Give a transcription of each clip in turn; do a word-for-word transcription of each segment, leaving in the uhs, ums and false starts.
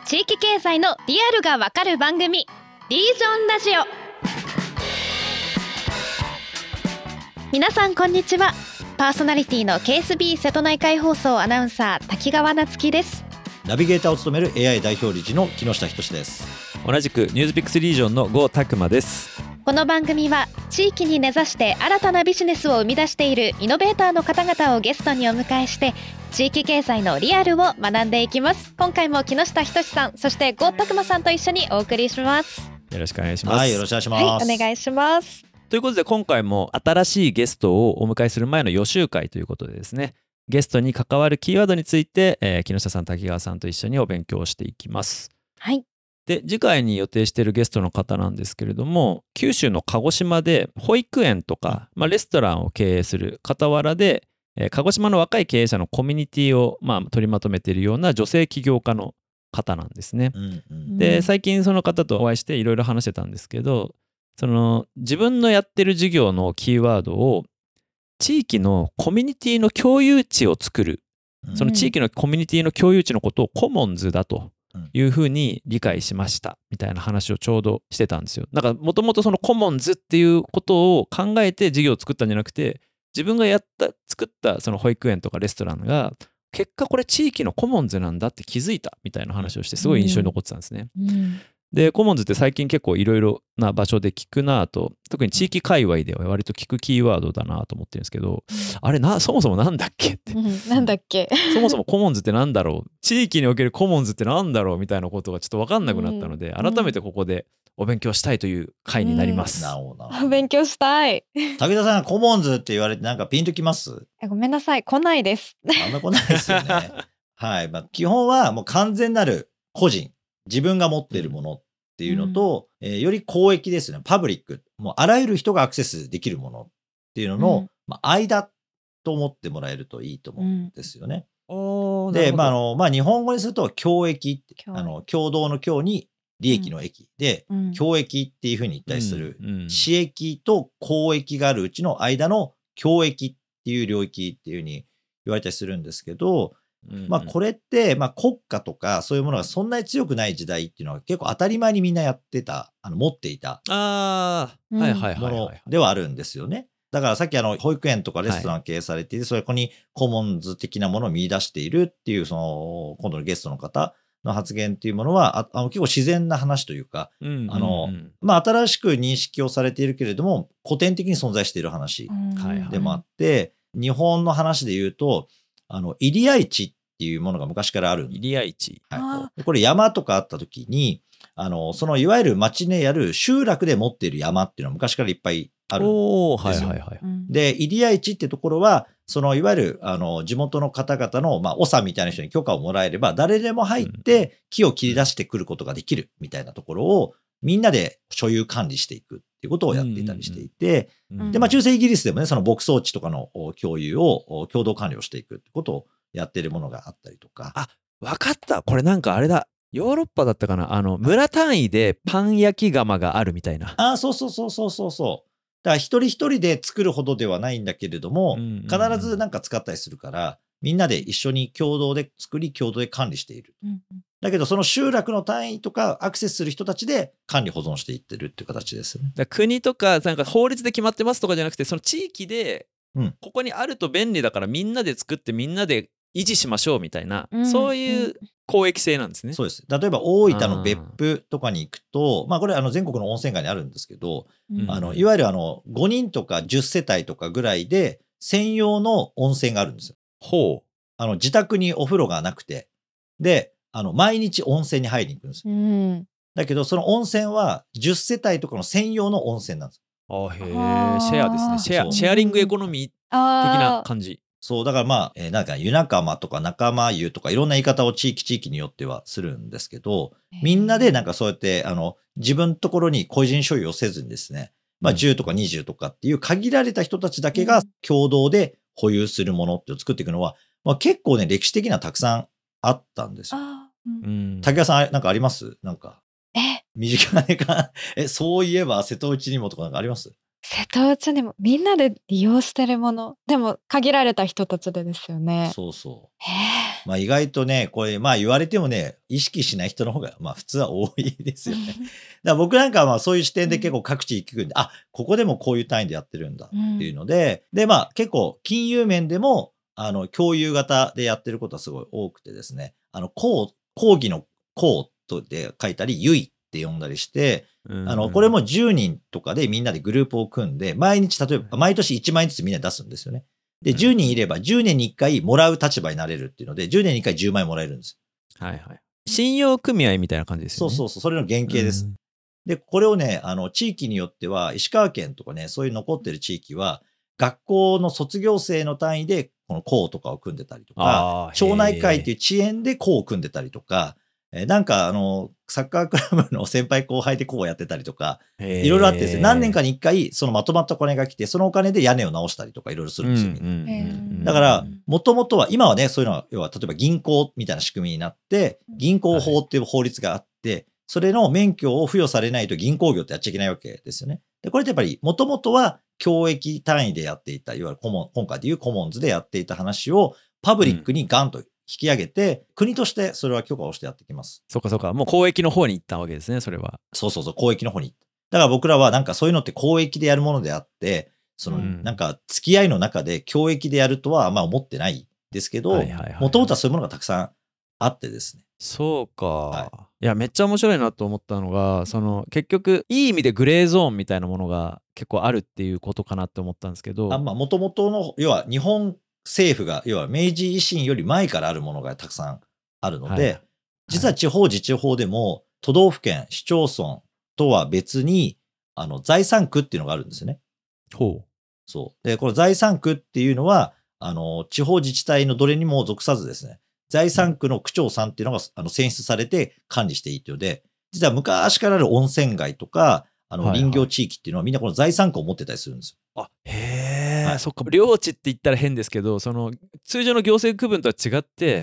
地域経済のリアルがわかる番組、リージョンラジオ。皆さんこんにちは。パーソナリティの ケーエスビー 瀬戸内海放送アナウンサー滝川夏樹です。 ナビゲーターを務める エーアイ 代表理事の木下仁です。 同じくニュースピックスリージョンの郷拓馬です。 この番組は地域に根ざして新たなビジネスを生み出しているイノベーターの方々をゲストにお迎えして、地域経済のリアルを学んでいきます。今回も木下仁さん、そして郷拓馬さんと一緒にお送りします。 よろしくお願いします。 はい、よろしくお願いします。 はい、お願いします。 ということで、今回も新しいゲストをお迎えする前の予習会ということでですね、ゲストに関わるキーワードについて、えー、木下さん、滝川さんと一緒にお勉強していきます。 はい。で、 次回に予定しているゲストの方なんですけれども、九州の鹿児島で保育園とか、まあ、レストランを経営する傍らで、えー、鹿児島の若い経営者のコミュニティを、まあ、取りまとめているような女性起業家の方なんですね。 うんうん、 で、最近その方とお会いしていろいろ話してたんですけど、その自分のやってる事業のキーワードを地域のコミュニティの共有地を作る、その地域のコミュニティの共有地のことをコモンズだというふうに理解しましたみたいな話をちょうどしてたんですよ。だからもともとそのコモンズっていうことを考えて事業を作ったんじゃなくて、自分がやった作ったその保育園とかレストランが結果これ地域のコモンズなんだって気づいたみたいな話をして、すごい印象に残ってたんですね。うんうんで、コモンズって最近結構いろいろな場所で聞くなと、特に地域界隈では割と聞くキーワードだなと思ってるんですけど、あれな、そもそもなんだっけって、 うん、なんだっけそもそもコモンズってなんだろう、地域におけるコモンズってなんだろうみたいなことがちょっと分かんなくなったので、うん、改めてここでお勉強したいという回になります。 なるほど。 勉強したい。 武田さん、コモンズって言われてなんかピンときます？ ごめんなさい、来ないです。 あんま来ないですよね。はい、まあ、基本はもう完全なる個人、自分が持っているものっていうのと、うんえー、より公益ですね、パブリック、もうあらゆる人がアクセスできるものっていうのの、うんまあ、間と思ってもらえるといいと思うんですよね。うん、で、まああのまあ、日本語にすると共益、あの共同の共に利益の益、うん、で、共益っていうふうに対する、うん、私益と公益があるうちの間の共益っていう領域っていうふうに言われたりするんですけど、まあこれって、まあ国家とかそういうものがそんなに強くない時代っていうのは結構当たり前にみんなやってた、あの持っていたものではあるんですよね。だからさっきあの保育園とかレストラン経営されていて、はい、そこにコモンズ的なものを見出しているっていうその今度のゲストの方の発言っていうものはああの結構自然な話というか、うんうんうん、あのまあ新しく認識をされているけれども古典的に存在している話でもあって、うん、日本の話で言うとあの入合地っていうものが昔からある。 入合地、 はい、これ山とかあった時にあのそのいわゆる町にある集落で持っている山っていうのは昔からいっぱいあるんですよ。で入合地ってところはそのいわゆるあの地元の方々の、まあ、長みたいな人に許可をもらえれば誰でも入って木を切り出してくることができるみたいなところをみんなで所有管理していくっていうことをやっていたりしていて、うんうんうん、でまあ、中世イギリスでもねその牧草地とかの共有を共同管理をしていくってことをやってるものがあったりとか。 あ、わかった。これなんかあれだ。ヨーロッパだったかな。あの村単位でパン焼き窯があるみたいな。 あ、そうそうそうそうそうそう。だから一人一人で作るほどではないんだけれども、うんうんうん、必ずなんか使ったりするからみんなで一緒に共同で作り共同で管理している。うんうん、だけどその集落の単位とかアクセスする人たちで管理保存していってるっていう形ですね。 だ国とかなんか法律で決まってますとかじゃなくて、その地域でここにあると便利だからみんなで作ってみんなで維持しましょうみたいな、うん、そういう公益性なんですね。 そうです。例えば大分の別府とかに行くと、まあこれあの全国の温泉街にあるんですけど、うん、あのいわゆるあのごにんとかじゅっせたいとかぐらいで専用の温泉があるんですよ。 ほう。 あの自宅にお風呂がなくて、であの毎日温泉に入りに行くんですよ。うん、だけどその温泉はじゅっせたいとかの専用の温泉なんです。 あへえ、シェアですね。シェア、シェアリングエコノミー的な感じ。 そう、だからまあ、えー、なんか湯仲間とか仲間湯とかいろんな言い方を地域地域によってはするんですけど、みんなでなんかそうやってあの自分のところに個人所有をせずにですね、まあじゅうとかにじゅうとかっていう限られた人たちだけが共同で保有するものってを作っていくのは、まあ、結構ね歴史的にはたくさんあったんですよ。うん、滝川さんなんかあります？なんかえ身近なかえそういえば瀬戸内にもとかなんかあります？ 瀬戸内にもみんなで利用してるもの。でも限られた人たちでですよね。 そうそう。 へまあ意外とね、これまあ言われてもね、意識しない人の方がまあ普通は多いですよね。だから僕なんかはまあそういう視点で結構各地行くんで、あ、ここでもこういう単位でやってるんだっていうので、でまあ結構金融面でも、あの、共有型でやってることはすごい多くてですね、あの、講、講義の講とで書いたり、ゆいって呼んだりして、あの、これもじゅうにんとかでみんなでグループを組んで、毎日、例えば、毎年いちまんえんずつみんな出すんですよね。で、じゅうにんいればじゅうねんにいっかいもらう立場になれるっていうので、じゅうねんにいっかいじゅうまんえんもらえるんです。 はいはい。信用組合みたいな感じですよね。 そうそうそう、それの原型です。 うん、 で、これをね、あの、地域によっては、石川県とかね、そういう残ってる地域は、学校の卒業生の単位で、この校とかを組んでたりとか、町内会っていう遅延で校を組んでたりとか、えー、なんかあの、サッカークラブの先輩後輩で校をやってたりとか、いろいろあってですね、何年かにいっかい、そのまとまったお金が来て、そのお金で屋根を直したりとかいろいろするんですよ、みんな。だから、もともとは、今はね、そういうのは、要は、例えば銀行みたいな仕組みになって、銀行法っていう法律があって、はい、それの免許を付与されないと銀行業ってやっちゃいけないわけですよね。で、これってやっぱり、もともとは教益単位でやっていた、いわゆるコモン、今回でいうコモンズでやっていた話を、パブリックにガンと引き上げて、うん、国としてそれは許可をしてやってきます。 そうかそうか。もう公益の方に行ったわけですね、それは。 そうそうそう、公益の方に。だから僕らはなんかそういうのって公益でやるものであって、その、なんか付き合いの中で教益でやるとはまあ思ってないですけど、もともとはそういうものがたくさんあってですね。 そうか、 はい、 いやめっちゃ面白いなと思ったのが、その結局いい意味でグレーゾーンみたいなものが結構あるっていうことかなって思ったんですけど、 あ、まあ元々の要は日本政府が要は明治維新より前からあるものがたくさんあるので、はい、実は地方自治法でも都道府県市町村とは別にあの財産区っていうのがあるんですよね。 ほう。 そう。でこの財産区っていうのはあの地方自治体のどれにも属さずですね、財産区の区長さんっていうのがあの選出されて管理していいというので、実は昔からある温泉街とか、あの林業地域っていうのはみんなこの財産区を持ってたりするんですよ。あ、へえ、はい、そっか。領地って言ったら変ですけど、その通常の行政区分とは違って、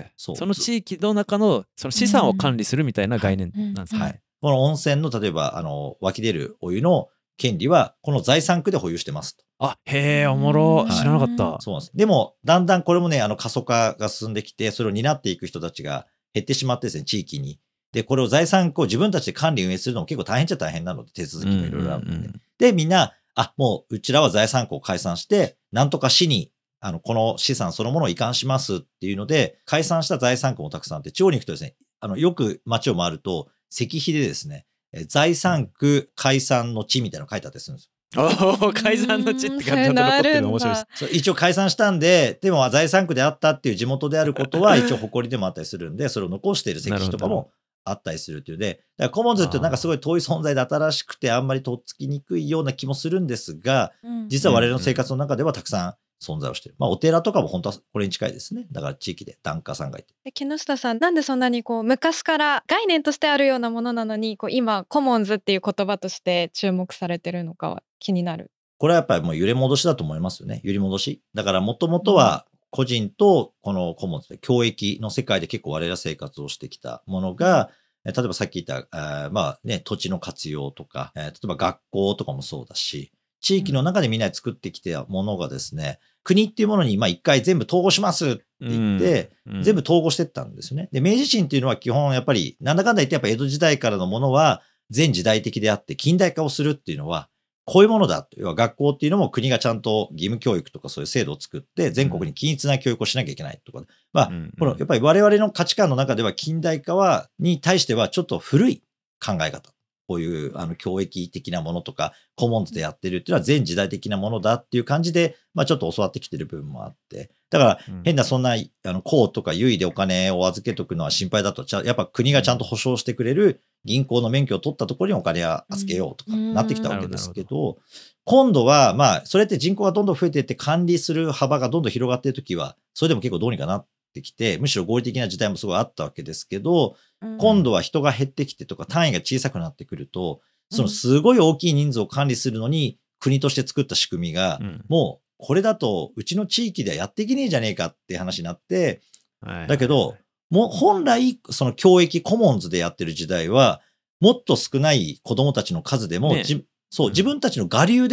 そ, その地域の中のその資産を管理するみたいな概念なんですね。 はいはい、この温泉の例えばあの湧き出るお湯の権利はこの財産区で保有してますと。 あ、へえ、おもろ、知らなかった。 そうなんです。でも、だんだんこれもね、あの過疎化が進んできて、それを担っていく人たちが減ってしまってですね、地域に。で、これを財産区を自分たちで管理運営するのも結構大変っちゃ大変なので、手続きもいろいろあるので、うんうんうん。で、みんな、あ、もううちらは財産区を解散して、なんとか市に、あの、この資産そのものを移管しますっていうので、解散した財産区もたくさんあって、地方に行くとですね、あの、よく街を回ると、石碑でですね、財産区解散の地みたいなの書いてあったりするんですよ。 お解散の地って感じで残ってるの面白いです。 そう一応解散したんで、でも財産区であったっていう地元であることは一応誇りでもあったりするんで、それを残している石碑とかもあったりするっていうので、だからコモンズってなんかすごい遠い存在で新しくてあんまりとっつきにくいような気もするんですが、実は我々の生活の中ではたくさん存在をしている。まあお寺とかも本当はこれに近いですね。だから地域で檀家さんがいて。 木下さん、なんでそんなにこう昔から概念としてあるようなものなのに、こう今コモンズっていう言葉として注目されてるのかは気になる。 これはやっぱりもう揺れ戻しだと思いますよね。揺り戻し。だからもともとは個人とこのコモンズで教育の世界で結構我々は生活をしてきたものが、例えばさっき言った、まあね、土地の活用とか、例えば学校とかもそうだし、地域の中でみんなで作ってきたものがですね、国っていうものにまあ一回全部統合しますって言って、うんうん、全部統合していったんですよね。で、明治維新っていうのは基本やっぱりなんだかんだ言ってやっぱ江戸時代からのものは全時代的であって近代化をするっていうのはこういうものだ。要は学校っていうのも国がちゃんと義務教育とかそういう制度を作って全国に均一な教育をしなきゃいけないとか。まあ、このやっぱり我々の価値観の中では近代化は、に対してはちょっと古い考え方。こういうあの教育的なものとかコモンズでやってるっていうのは全時代的なものだっていう感じで、まあちょっと教わってきてる部分もあって。だから変なそんな、あの、公とか優位でお金を預けとくのは心配だと、やっぱ国がちゃんと保証してくれる銀行の免許を取ったところにお金は預けようとかなってきたわけですけど、今度はまあそれって人口がどんどん増えていって管理する幅がどんどん広がっているときは、それでも結構どうにかなってきて、むしろ合理的な時代もすごいあったわけですけど、今度は人が減ってきてとか単位が小さくなってくると、そのすごい大きい人数を管理するのに国として作った仕組みが、もうこれだとうちの地域ではやっていけねえじゃねえかって話になって、だけど、もう本来その教育コモンズでやってる時代は、もっと少ない子供たちの数でも、ね、そう、自分たちの我流で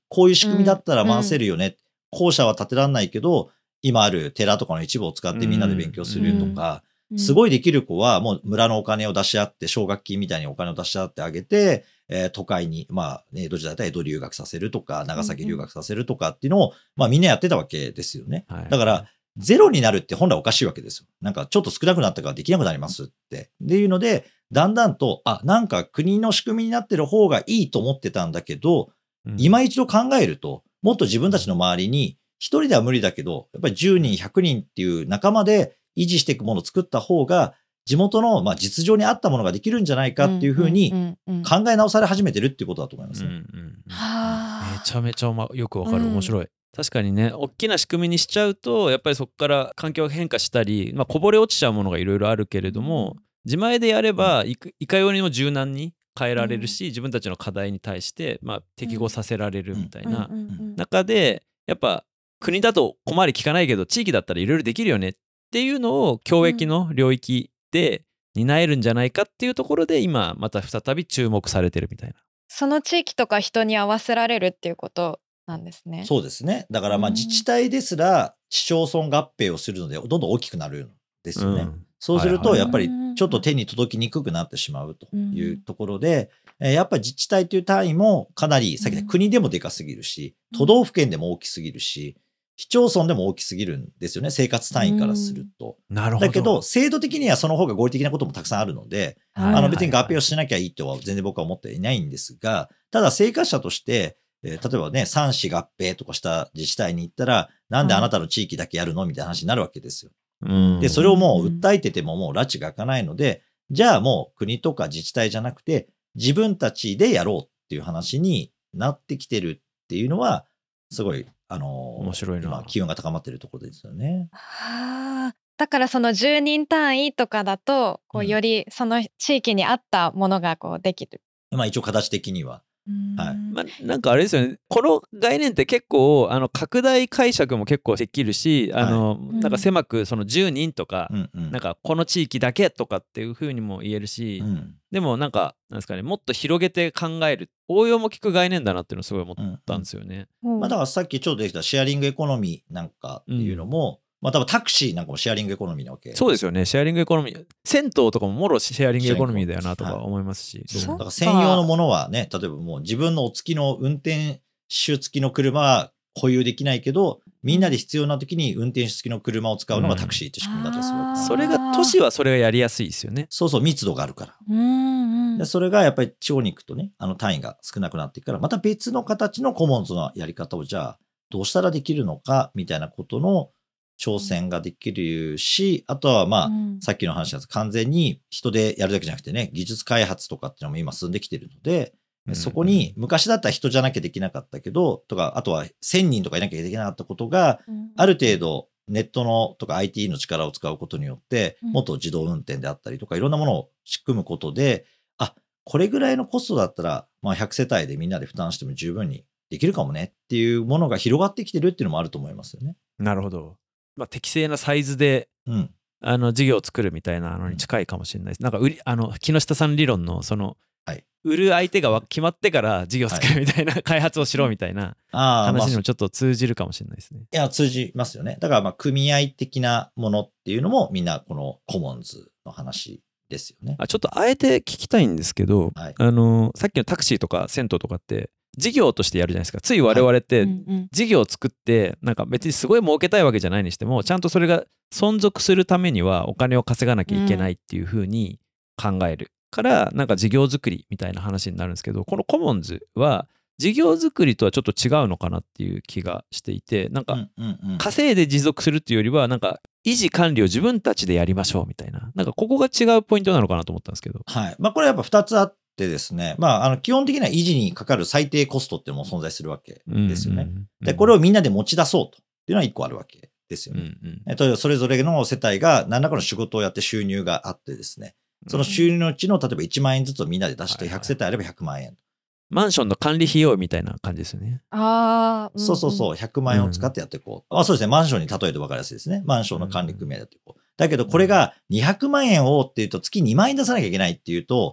こういう仕組みだったら回せるよね、うん、校舎は建てらんないけど今ある寺とかの一部を使ってみんなで勉強するとか、うん、すごいできる子はもう村のお金を出し合って奨学金みたいにお金を出し合ってあげて、えー、都会にまあ江戸時代だったら江戸留学させるとか長崎留学させるとかっていうのを、まあみんなやってたわけですよね、はい、だからゼロになるって本来おかしいわけですよ。なんかちょっと少なくなったからできなくなりますって。っていうので、だんだんと、あ、なんか国の仕組みになってる方がいいと思ってたんだけど、うん、今一度考えると、もっと自分たちの周りに、一人では無理だけど、やっぱりじゅうにん、ひゃくにんっていう仲間で維持していくものを作った方が、地元のまあ実情に合ったものができるんじゃないかっていうふうに考え直され始めてるっていうことだと思いますね。うんうんうん、 めちゃめちゃよくわかる。面白い。うん、確かにね、大きな仕組みにしちゃうとやっぱりそこから環境が変化したり、まあ、こぼれ落ちちゃうものがいろいろあるけれども、自前でやればいかようにも柔軟に変えられるし、自分たちの課題に対して、まあ、適合させられるみたいな中で、やっぱ国だと小回り利かないけど地域だったらいろいろできるよねっていうのを教育の領域で担えるんじゃないかっていうところで今また再び注目されてるみたいな。 その地域とか人に合わせられるっていうことなんですね。 そうですね。だからまあ自治体ですら市町村合併をするのでどんどん大きくなるんですよね。うん、そうするとやっぱりちょっと手に届きにくくなってしまうというところで、うん、やっぱり自治体という単位もかなりさっき言った国でもでかすぎるし、都道府県でも大きすぎるし、市町村でも大きすぎるんですよね、生活単位からすると。 うん、なるほど。 だけど制度的にはその方が合理的なこともたくさんあるので、はい、あの別に合併をしなきゃいいとは全然僕は思っていないんですが、ただ生活者としてえー、例えばね、産市合併とかした自治体に行ったら、なんであなたの地域だけやるのみたいな話になるわけですよ。うん、で、それをもう訴えててももう拉致が開かないので、じゃあもう国とか自治体じゃなくて、自分たちでやろうっていう話になってきてるっていうのは、すごい、あのー、 面白いな。 今、機運が高まってるところですよね。 はあ。だからそのじゅうにん単位とかだと、こうよりその地域に合ったものがこうできる。 うん、まあ一応形的には。はい、 まあ、なんかあれですよね、この概念って結構あの拡大解釈も結構できるし、あの、はい、なんか狭くそのじゅうにんとか、うんうん、なんかこの地域だけとかっていう風にも言えるし、うん、でもなんかなんですかね、もっと広げて考える応用も効く概念だなっていうのをすごい思ったんですよね。 うんうん、まあ、だからさっきちょうどできたシェアリングエコノミーなんかっていうのも、うん、まあ多分タクシーなんかもシェアリングエコノミーなわけ。 そうですよね。シェアリングエコノミー。銭湯とかももろシェアリングエコノミーだよなとか思いますし。 はい、そうだから専用のものはね、例えばもう自分のお付きの運転手付きの車は保有できないけど、みんなで必要な時に運転手付きの車を使うのがタクシーって仕組みだったりするわけ、 うん、それが都市はそれがやりやすいですよね。 そうそう、密度があるから。うんうん、でそれがやっぱり地方に行くとね、あの単位が少なくなっていくから、また別の形のコモンズのやり方をじゃあどうしたらできるのかみたいなことの挑戦ができるし、あとはまあ、うん、さっきの話なんです完全に人でやるだけじゃなくてね、技術開発とかっていうのも今進んできてるので、うん、そこに昔だったら人じゃなきゃできなかったけど、とか、あとはせんにんとかいなきゃできなかったことが、うん、ある程度ネットのとか アイティー の力を使うことによって、もっと自動運転であったりとか、いろんなものを仕組むことで、あ、これぐらいのコストだったら、まあひゃくせたいでみんなで負担しても十分にできるかもねっていうものが広がってきてるっていうのもあると思いますよね。 なるほど。まあ、適正なサイズで、うん、あの事業を作るみたいなのに近いかもしれないです。なんか売りあの木下さん理論のその、はい、売る相手が決まってから事業を作るみたいな、はい、開発をしろみたいな話にもちょっと通じるかもしれないですね。 いや通じますよね。だからまあ組合的なものっていうのもみんなこのコモンズの話ですよね。 あちょっとあえて聞きたいんですけど、はい、あのさっきのタクシーとか銭湯とかって事業としてやるじゃないですか。つい我々って事業を作ってなんか別にすごい儲けたいわけじゃないにしてもちゃんとそれが存続するためにはお金を稼がなきゃいけないっていう風に考えるからなんか事業作りみたいな話になるんですけど、このコモンズは事業作りとはちょっと違うのかなっていう気がしていて、なんか稼いで持続するっていうよりはなんか維持管理を自分たちでやりましょうみたいな、なんかここが違うポイントなのかなと思ったんですけど。 はい。まあこれやっぱふたつあってでですね、まあ、あの基本的には維持にかかる最低コストっていうのも存在するわけですよね。うんうんうん、で、これをみんなで持ち出そうというのは一個あるわけですよね。うんうん、えっと、それぞれの世帯が何らかの仕事をやって収入があってですね、その収入のうちの例えばいちまんえんずつをみんなで出してひゃくせたいあればひゃくまんえん。はいはい、 マンションの管理費用みたいな感じですよね。 ああ、うんうん、 そうそうそう、ひゃくまんえんを使ってやっていこう。うん、あ、そうですね、マンションに例えて分かりやすいですね。マンションの管理組合でやっていこう。だけどこれがにひゃくまんえんをっていうと月にまんえん出さなきゃいけないっていうと、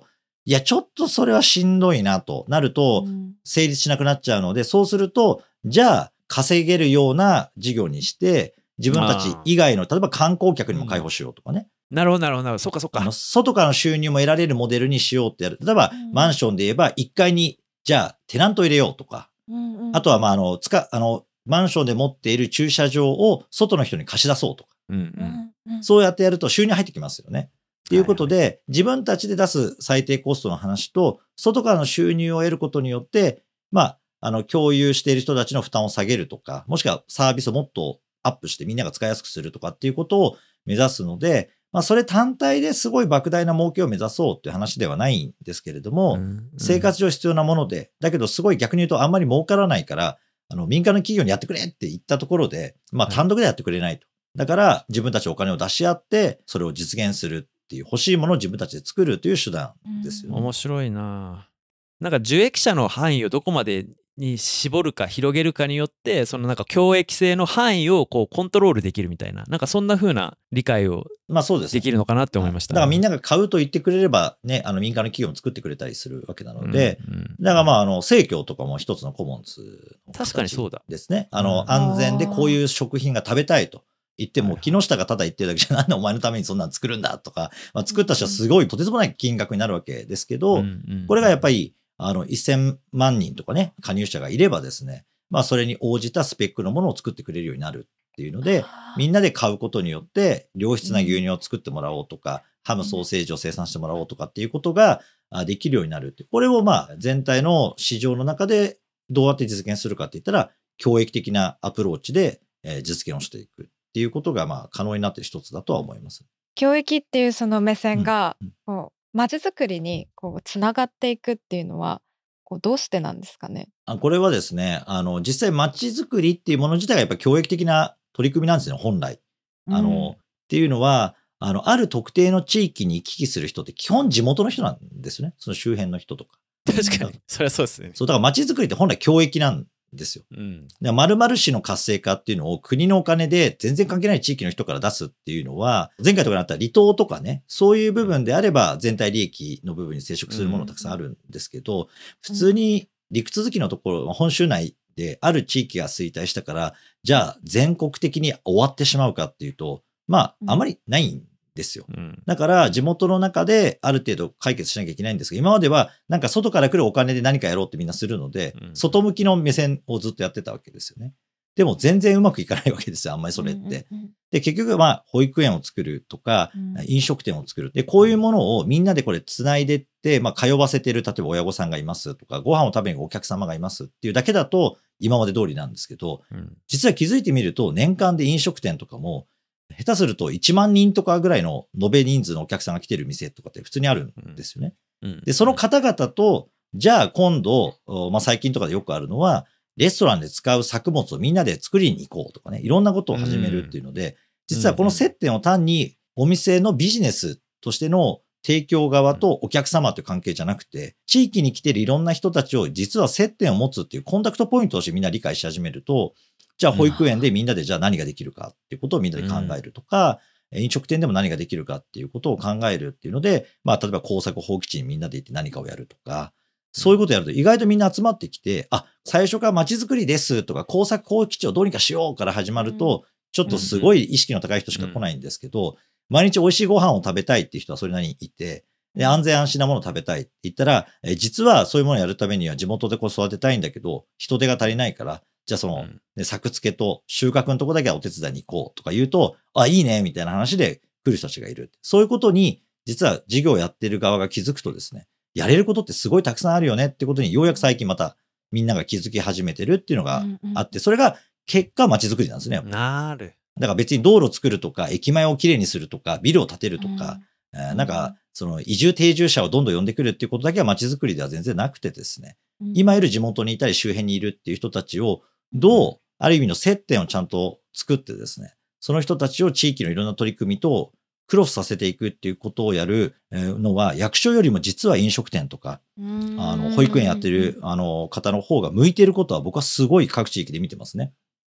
いや、ちょっとそれはしんどいなとなると、成立しなくなっちゃうので、そうすると、じゃあ、稼げるような事業にして、自分たち以外の、例えば観光客にも開放しようとかね。 なるほど、なるほど、なるほど。そっかそっか。 あの、外からの収入も得られるモデルにしようってやる。例えば、マンションで言えば、いっかいに、じゃあ、テナント入れようとか。あとは、まあ、あの、つか、あの、マンションで持っている駐車場を外の人に貸し出そうとか。 うんうん、そうやってやると収入入ってきますよね。っていうことで、はいはい、自分たちで出す最低コストの話と、外からの収入を得ることによって、まあ、あの、共有している人たちの負担を下げるとか、もしくはサービスをもっとアップしてみんなが使いやすくするとかっていうことを目指すので、まあ、それ単体ですごい莫大な儲けを目指そうっていう話ではないんですけれども、うんうん、生活上必要なもので、だけどすごい逆に言うとあんまり儲からないから、あの、民間の企業にやってくれって言ったところで、まあ、単独でやってくれないと。だから、自分たちお金を出し合って、それを実現するっていう、欲しいものを自分たちで作るという手段ですよね。 面白いな。なんか受益者の範囲をどこまでに絞るか広げるかによって、そのなんか共益性の範囲をこうコントロールできるみたいな、なんかそんな風な理解をできるのかなって思いました、ね。 だからみんなが買うと言ってくれればね、あの民間の企業も作ってくれたりするわけなので、うんうん、だからまああの生協とかも一つのコモンズの確かにそうだですね。あの安全でこういう食品が食べたいと。言っても、木下がただ言ってるだけじゃなんでお前のためにそんなの作るんだとか、まあ、作った人はすごいとてつもない金額になるわけですけど、これがやっぱり、あの、せんまんにんとかね、加入者がいればですね、まあ、それに応じたスペックのものを作ってくれるようになるっていうので、みんなで買うことによって、良質な牛乳を作ってもらおうとか、ハム、ソーセージを生産してもらおうとかっていうことができるようになるって。これをまあ、全体の市場の中でどうやって実現するかって言ったら、教育的なアプローチで実現をしていく。っていうことがまあ可能になっている一つだとは思います。 教育っていうその目線が、こう街づくりにこうつながっていくっていうのはこうどうしてなんですかね。 あ、これはですね、あの実際街づくりっていうもの自体がやっぱ教育的な取り組みなんですね、本来。あの、うん、っていうのはあのある特定の地域に行き来する人って基本地元の人なんですね。その周辺の人とか。 確かにそれはそうですね。 そうだから街づくりって本来教育なんですよ。うん、〇〇市の活性化っていうのを国のお金で全然関係ない地域の人から出すっていうのは、前回とかにあった離島とかね、そういう部分であれば全体利益の部分に接触するものたくさんあるんですけど、うん、普通に陸続きのところ、本州内である地域が衰退したから、じゃあ全国的に終わってしまうかっていうと、まあ、あまりないんですよ。うん、だから地元の中である程度解決しなきゃいけないんですが、今まではなんか外から来るお金で何かやろうってみんなするので、うん、外向きの目線をずっとやってたわけですよね。でも全然うまくいかないわけですよ、あんまりそれって。うんうんうん、で、結局まあ保育園を作るとか、うん、飲食店を作る。で、こういうものをみんなでこれ繋いでって、まあ通わせてる、例えば親御さんがいますとか、ご飯を食べにお客様がいますっていうだけだと今まで通りなんですけど、うん、実は気づいてみると年間で飲食店とかも下手するといちまんにんとかぐらいの延べ人数のお客さんが来てる店とかって普通にあるんですよね。うんうん、で、その方々と、じゃあ今度、まあ最近とかでよくあるのは、レストランで使う作物をみんなで作りに行こうとかね、いろんなことを始めるっていうので、うん、実はこの接点を単にお店のビジネスとしての提供側とお客様という関係じゃなくて、地域に来ているいろんな人たちを実は接点を持つっていうコンタクトポイントとしてみんな理解し始めると、じゃあ保育園でみんなでじゃあ何ができるかっていうことをみんなで考えるとか、うん、飲食店でも何ができるかっていうことを考えるっていうので、まあ例えば工作放棄地にみんなで行って何かをやるとか、そういうことをやると意外とみんな集まってきて、あ、最初から街づくりですとか工作放棄地をどうにかしようから始まると、ちょっとすごい意識の高い人しか来ないんですけど、毎日美味しいご飯を食べたいっていう人はそれなりにいて、で安全安心なものを食べたいって言ったら、え実はそういうものをやるためには地元でこう育てたいんだけど、人手が足りないから、じゃあその、ね、作付けと収穫のとこだけはお手伝いに行こうとか言うと、あ、いいね、みたいな話で来る人たちがいる。そういうことに、実は事業をやってる側が気づくとですね、やれることってすごいたくさんあるよねってことにようやく最近またみんなが気づき始めてるっていうのがあって、それが結果街づくりなんですね。 なる。 だから別に道路を作るとか、駅前をきれいにするとか、ビルを建てるとか、うんえー、なんか、その移住定住者をどんどん呼んでくるっていうことだけは街づくりでは全然なくてですね、うん、今いる地元にいたり周辺にいるっていう人たちをどう、ある意味の接点をちゃんと作ってですね、その人たちを地域のいろんな取り組みとクロスさせていくっていうことをやるのは、役所よりも実は飲食店とか、あの保育園やってるあの方の方が向いていることは僕はすごい各地域で見てますね。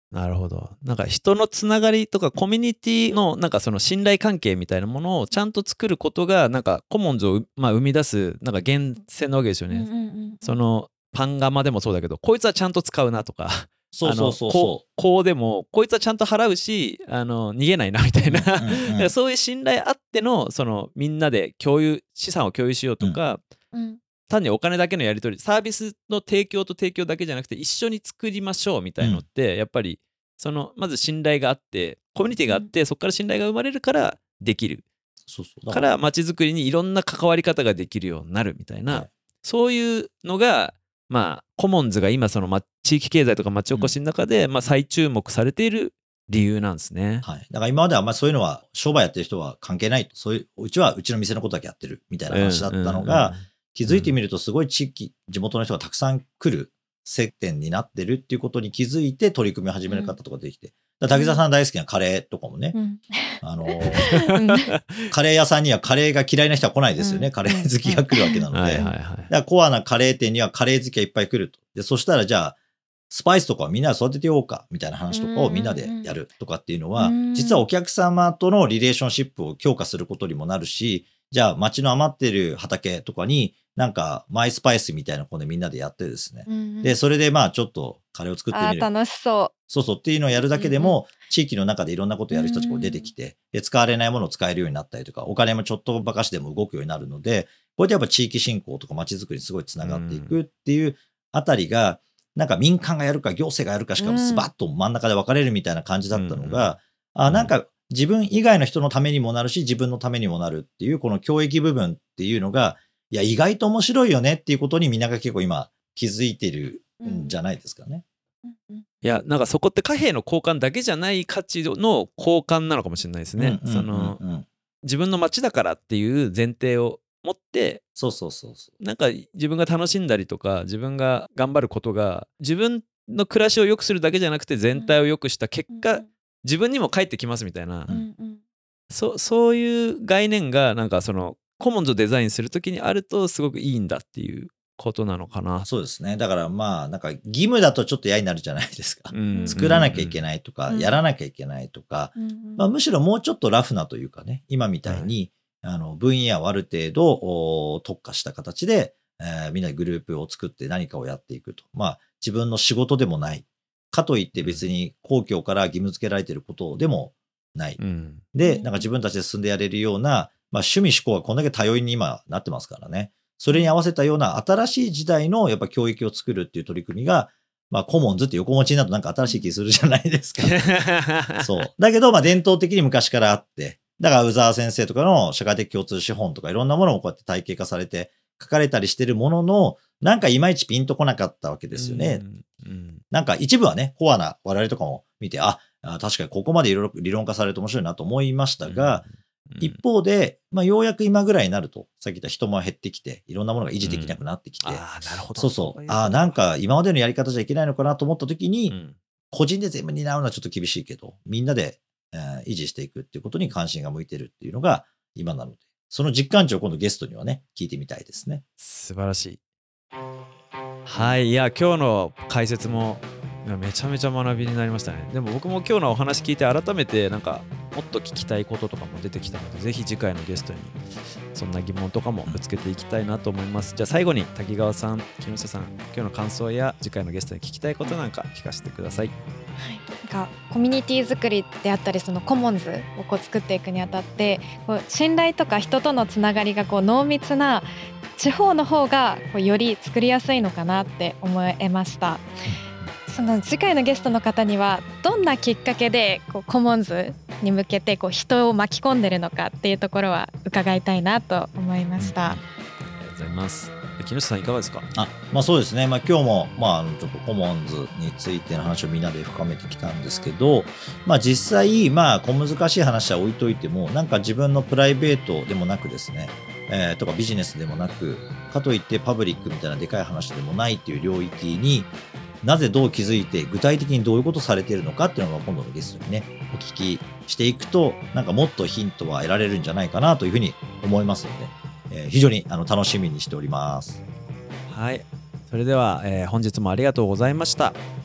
なるほど。なんか人のつながりとかコミュニティのなんかその信頼関係みたいなものをちゃんと作ることがなんかコモンズを、まあ、生み出すなんか源泉なわけですよね。 うんうんうんそのパンガマでもそうだけど、こいつはちゃんと使うなとか、 そうそうそうあのこそうこうでもこいつはちゃんと払うし、あの逃げないなみたいな、 うんうんうんだからそういう信頼あってのそのみんなで共有資産を共有しようとか、 うん単にお金だけのやり取り、サービスの提供と提供だけじゃなくて一緒に作りましょうみたいのって、やっぱりそのまず信頼があってコミュニティがあって、そこから信頼が生まれるからできるそうそうだから街づくりにいろんな関わり方ができるようになるみたいな、 はいそういうのがまあコモンズが今その、ま、地域経済とか町おこしの中で、まあ、再注目されている理由なんですね。 はい。だから今まではあんまりそういうのは商売やってる人は関係ないと。そういう、うちはうちの店のことだけやってるみたいな話だったのが、 うんうんうん気づいてみるとすごい地域、地元の人がたくさん来る接点になってるっていうことに気づいて取り組みを始める方とかできて。だから滝沢さん大好きなカレーとかもね、 うんあのーカレー屋さんにはカレーが嫌いな人は来ないですよね。 うんカレー好きが来るわけなので。 はいはいはい。 だからコアなカレー店にはカレー好きがいっぱい来ると。で、そしたらじゃあ、スパイスとかはみんなで育ててようかみたいな話とかをみんなでやるとかっていうのは、 うん実はお客様とのリレーションシップを強化することにもなるし、じゃあ町の余ってる畑とかになんかマイスパイスみたいなこでみんなでやってですね。 うんで、それでまあちょっとカレーを作ってみる。 あー楽しそそうそうっていうのをやるだけでも、地域の中でいろんなことをやる人たちが出てきて、で、使われないものを使えるようになったりとか、お金もちょっとばかしでも動くようになるので、これでやっぱ地域振興とか街づくりにすごいつながっていくっていうあたりが、なんか民間がやるか行政がやるかしかもスバッと真ん中で分かれるみたいな感じだったのが、あ、なんか自分以外の人のためにもなるし、自分のためにもなるっていう、この教育部分っていうのが、いや、意外と面白いよねっていうことにみんなが結構今気づいてるんじゃないですかね。 う。 いやなんかそこって貨幣の交換だけじゃない価値の交換なのかもしれないですね。 うんうんうんうんその自分の街だからっていう前提を持ってそうそうそうそう。 なんか自分が楽しんだりとか自分が頑張ることが自分の暮らしを良くするだけじゃなくて全体を良くした結果、自分にも返ってきますみたいな、 うんうんそ, そういう概念がなんかそのコモンズをデザインするときにあるとすごくいいんだっていうことなのかな。 そうですね。だからまあ、なんか義務だとちょっと嫌になるじゃないですか。 うん作らなきゃいけい。 ないとか、 うんやらなきゃいけないとか、 うんうんまあ、むしろもうちょっとラフなというかね、今みたいに、あの分野をある程度お特化した形で、えーみんなでグループを作って何かをやっていくと。まあ、自分の仕事でもない。かといって別に公共から義務付けられていることでもない。 うんで、なんか自分たちで進んでやれるような、まあ、趣味思考がこんだけ多様に今なってますからね。それに合わせたような新しい時代のやっぱ教育を作るっていう取り組みが、まあ、コモンズって横持ちになるとなんか新しい気するじゃないですか。そう。だけど、まあ、伝統的に昔からあって、だから、宇沢先生とかの社会的共通資本とかいろんなものもこうやって体系化されて書かれたりしてるものの、なんかいまいちピンとこなかったわけですよね。 うんうんなんか一部はね、コアな我々とかも見て、あ、あ確かにここまでいろいろ理論化されると面白いなと思いましたが、 うん一方で、まあ、ようやく今ぐらいになると、さっき言った人も減ってきて、いろんなものが維持できなくなってきて、 ああなるほど。 そうそう、 いああ、なんか今までのやり方じゃいけないのかなと思った時に、 うん個人で全部担うのはちょっと厳しいけど、みんなで、えー維持していくっていうことに関心が向いてるっていうのが今なので、その実感値を今度ゲストにはね、聞いてみたいですね。 素晴らしい。はいいや今日の解説もいやめちゃめちゃ学びになりましたね。でも僕も今日のお話聞いて改めてなんかもっと聞きたいこととかも出てきたので、ぜひ次回のゲストにそんな疑問とかもぶつけていきたいなと思います。じゃあ最後に滝川さん、木下さん、今日の感想や次回のゲストに聞きたいことなんか聞かせてください。 なんかコミュニティ作りであったりそのコモンズをこう作っていくにあたってこう信頼とか人とのつながりがこう濃密な地方の方がこうより作りやすいのかなって思えました。その次回のゲストの方にはどんなきっかけでこうコモンズに向けてこう人を巻き込んでるのかっていうところは伺いたいなと思いました。 ありがとうございます。木下さんいかがですか？ あ、まあそうですね。まあ今日も、まああのちょっとコモンズについての話をみんなで深めてきたんですけど、まあ実際、まあ小難しい話は置いといても、なんか自分のプライベートでもなくですね、えー、とかビジネスでもなく、かといってパブリックみたいなでかい話でもないっていう領域に、なぜどう気づいて具体的にどういうことされているのかっていうのが今度のゲストにね、お聞きしていくと、なんかもっとヒントは得られるんじゃないかなというふうに思いますので、えー非常にあの楽しみにしております。 はい、それでは、えー本日もありがとうございました。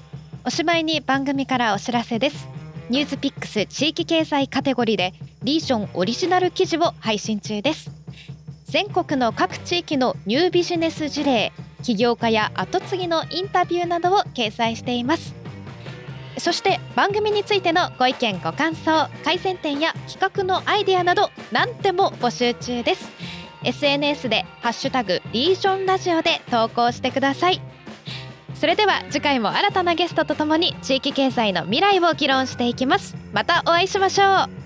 おしまいに番組からお知らせです。ニュースピックス地域経済カテゴリーでリージョンオリジナル記事を配信中です。全国の各地域のニュービジネス事例、起業家や後継ぎのインタビューなどを掲載しています。そして番組についてのご意見ご感想、改善点や企画のアイデアなど何でも募集中です。 エスエヌエス でハッシュタグリージョンラジオで投稿してください。それでは次回も新たなゲストとともに地域経済の未来を議論していきます。またお会いしましょう。